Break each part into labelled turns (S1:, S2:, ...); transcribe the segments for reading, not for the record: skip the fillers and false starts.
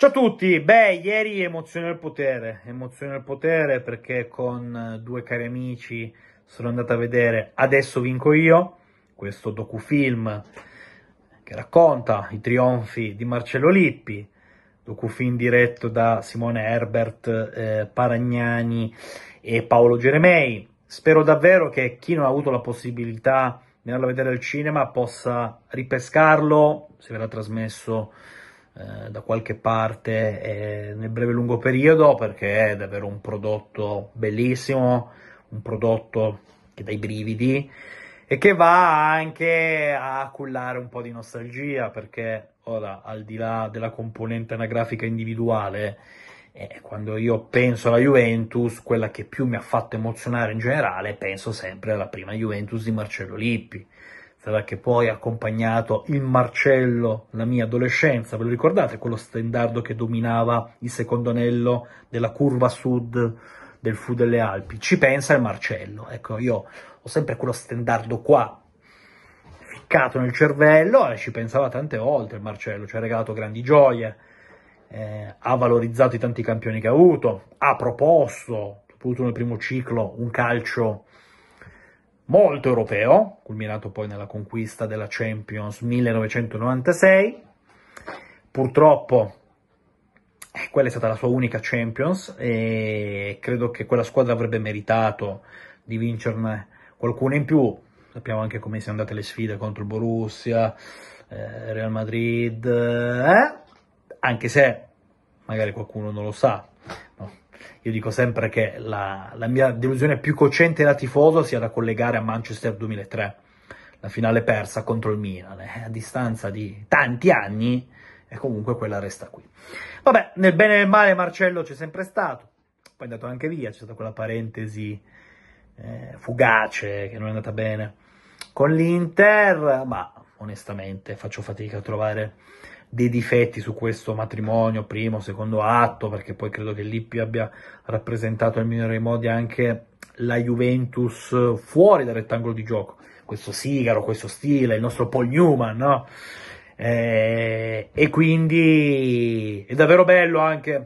S1: Ciao a tutti, ieri emozione al potere perché con due cari amici sono andato a vedere Adesso vinco io, questo docufilm che racconta i trionfi di Marcello Lippi, docufilm diretto da Simone Herbert, Paragnani e Paolo Geremei. Spero davvero che chi non ha avuto la possibilità di andarlo a vedere al cinema possa ripescarlo, se verrà trasmesso da qualche parte nel breve-lungo periodo, perché è davvero un prodotto bellissimo, un prodotto che dà i brividi e che va anche a cullare un po' di nostalgia, perché ora, al di là della componente anagrafica individuale, quando io penso alla Juventus, quella che più mi ha fatto emozionare in generale, penso sempre alla prima Juventus di Marcello Lippi. Sarà che poi ha accompagnato il Marcello, la mia adolescenza, ve lo ricordate? Quello stendardo che dominava il secondo anello della curva sud del Fu delle Alpi. Ci pensa il Marcello. Ecco, io ho sempre quello stendardo qua, ficcato nel cervello, e ci pensava tante volte il Marcello, ci ha regalato grandi gioie, ha valorizzato i tanti campioni che ha avuto, ha proposto, soprattutto nel primo ciclo, un calcio molto europeo, culminato poi nella conquista della Champions 1996. Purtroppo quella è stata la sua unica Champions e credo che quella squadra avrebbe meritato di vincerne qualcuna in più. Sappiamo anche come siano andate le sfide contro il Borussia, Real Madrid, anche se magari qualcuno non lo sa. No. Io dico sempre che la mia delusione più cocente da tifoso sia da collegare a Manchester 2003, la finale persa contro il Milan, a distanza di tanti anni, e comunque quella resta qui. Vabbè, nel bene e nel male Marcello c'è sempre stato, poi è andato anche via, c'è stata quella parentesi fugace che non è andata bene con l'Inter, ma onestamente faccio fatica a trovare dei difetti su questo matrimonio, primo, secondo atto, perché poi credo che Lippi abbia rappresentato nel migliore dei modi anche la Juventus fuori dal rettangolo di gioco, questo sigaro, questo stile, il nostro Paul Newman, no? E quindi è davvero bello anche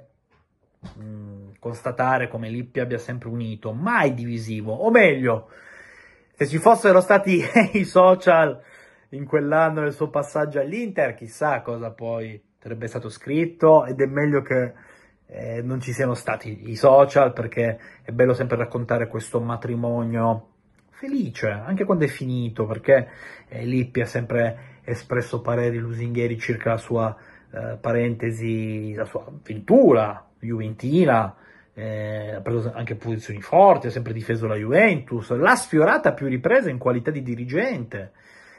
S1: constatare come Lippi abbia sempre unito, mai divisivo, o meglio, se ci fossero stati i social in quell'anno del suo passaggio all'Inter, chissà cosa poi sarebbe stato scritto, ed è meglio che non ci siano stati i social, perché è bello sempre raccontare questo matrimonio felice, anche quando è finito, perché Lippi ha sempre espresso pareri lusinghieri circa la sua parentesi, la sua avventura juventina, ha preso anche posizioni forti, ha sempre difeso la Juventus, l'ha sfiorata a più riprese in qualità di dirigente,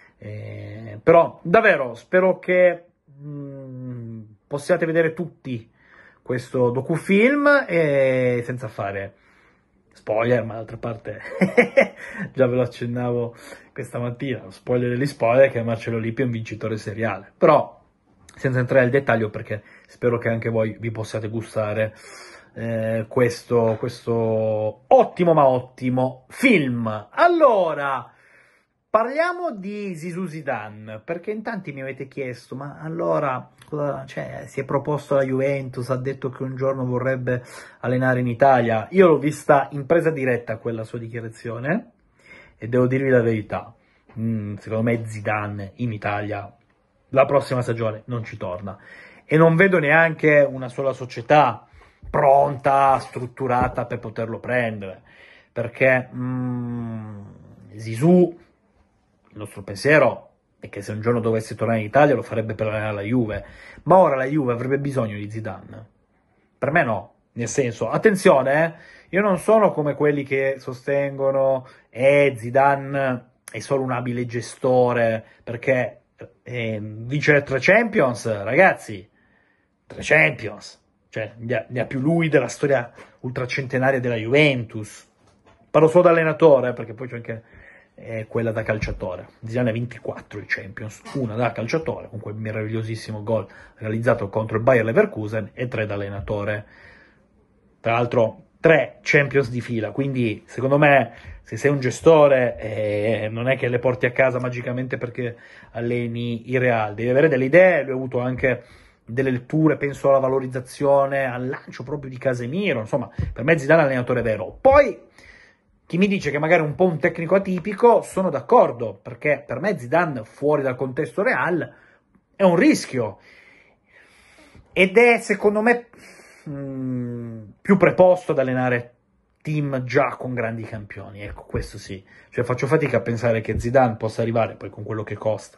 S1: però davvero spero che possiate vedere tutti questo docufilm senza fare spoiler, ma d'altra parte già ve lo accennavo questa mattina, lo spoiler degli spoiler, che Marcello Lippi è un vincitore seriale, però senza entrare nel dettaglio, perché spero che anche voi vi possiate gustare questo ottimo ma ottimo film. Allora, parliamo di Zizou Zidane, perché in tanti mi avete chiesto, ma allora, cioè, si è proposto alla Juventus, ha detto che un giorno vorrebbe allenare in Italia. Io l'ho vista in presa diretta quella sua dichiarazione, e devo dirvi la verità, secondo me Zidane in Italia la prossima stagione non ci torna, e non vedo neanche una sola società pronta, strutturata per poterlo prendere, perché Zizou, il nostro pensiero è che se un giorno dovesse tornare in Italia lo farebbe per allenare la Juve, ma ora la Juve avrebbe bisogno di Zidane? Per me no, nel senso, attenzione, io non sono come quelli che sostengono Zidane è solo un abile gestore, perché vincere 3 Champions, ragazzi, 3 Champions, cioè ne ha più lui della storia ultracentenaria della Juventus. Parlo solo da allenatore, perché poi c'è anche quella da calciatore. Zidane ha 24 di Champions, una da calciatore, con quel meravigliosissimo gol realizzato contro il Bayer Leverkusen, e 3 da allenatore. Tra l'altro 3 Champions di fila, quindi secondo me se sei un gestore non è che le porti a casa magicamente perché alleni il Real, devi avere delle idee. Lui ha avuto anche delle letture, penso alla valorizzazione, al lancio proprio di Casemiro, insomma, per me Zidane è un allenatore vero. Poi, chi mi dice che magari è un po' un tecnico atipico, sono d'accordo, perché per me Zidane, fuori dal contesto Real, è un rischio. Ed è, secondo me, più preposto ad allenare team già con grandi campioni. Ecco, questo sì. Cioè, faccio fatica a pensare che Zidane possa arrivare, poi con quello che costa,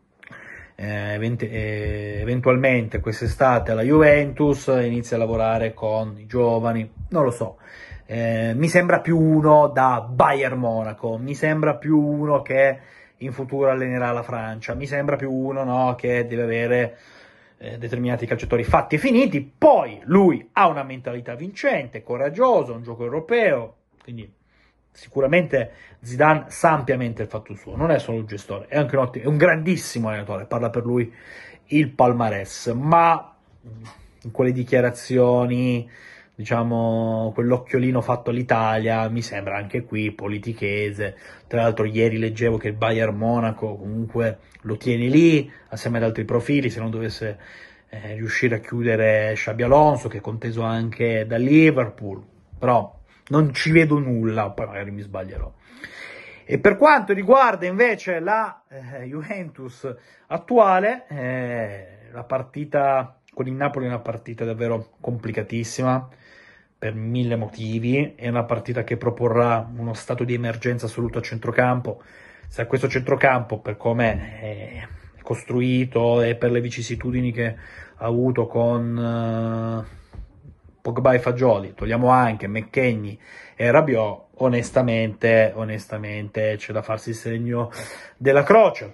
S1: eventualmente quest'estate alla Juventus, inizia a lavorare con i giovani, non lo so. Mi sembra più uno da Bayern Monaco, mi sembra più uno che in futuro allenerà la Francia, mi sembra più uno, no, che deve avere determinati calciatori fatti e finiti. Poi lui ha una mentalità vincente, coraggioso, un gioco europeo, quindi sicuramente Zidane sa ampiamente il fatto suo, non è solo un gestore, è anche è un grandissimo allenatore, parla per lui il palmarès, ma in quelle dichiarazioni, diciamo, quell'occhiolino fatto all'Italia, mi sembra anche qui politichese. Tra l'altro ieri leggevo che il Bayern Monaco comunque lo tiene lì, assieme ad altri profili, se non dovesse riuscire a chiudere Xabi Alonso, che è conteso anche da Liverpool, però non ci vedo nulla, poi magari mi sbaglierò. E per quanto riguarda invece la Juventus attuale, la partita con il Napoli è una partita davvero complicatissima per 1000 motivi, è una partita che proporrà uno stato di emergenza assoluto a centrocampo. Se a questo centrocampo, per come è costruito e per le vicissitudini che ha avuto con Pogba e Fagioli, togliamo anche McKennie e Rabiot, onestamente c'è da farsi il segno della croce.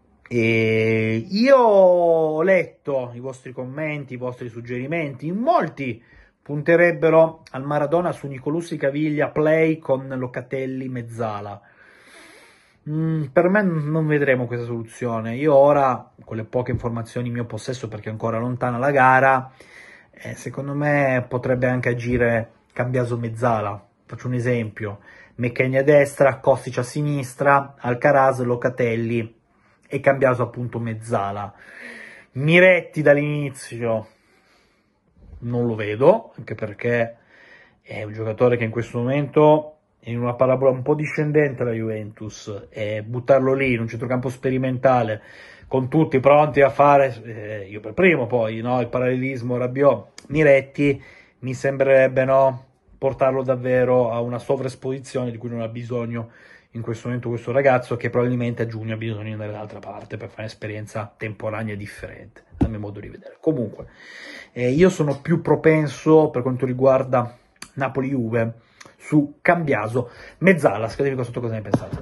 S1: E io ho letto i vostri commenti, i vostri suggerimenti, in molti punterebbero al Maradona su Nicolussi Caviglia play con Locatelli mezzala. Per me non vedremo questa soluzione. Io ora, con le poche informazioni in mio possesso, perché è ancora lontana la gara, secondo me potrebbe anche agire Cambiaso mezzala. Faccio un esempio: McKennie a destra, Kostic a sinistra, Alcaraz, Locatelli e Cambiaso appunto mezzala. Miretti dall'inizio non lo vedo, anche perché è un giocatore che in questo momento è in una parabola un po' discendente la Juventus, e buttarlo lì in un centrocampo sperimentale con tutti pronti a fare, io per primo poi, no, il parallelismo Rabiot-Miretti, mi sembrerebbe, no, portarlo davvero a una sovraesposizione di cui non ha bisogno in questo momento questo ragazzo, che probabilmente a giugno ha bisogno di andare dall'altra parte per fare un'esperienza temporanea differente, a mio modo di vedere. Comunque, io sono più propenso, per quanto riguarda Napoli-Juve, su Cambiaso mezzala. Scrivetemi qua sotto cosa ne pensate.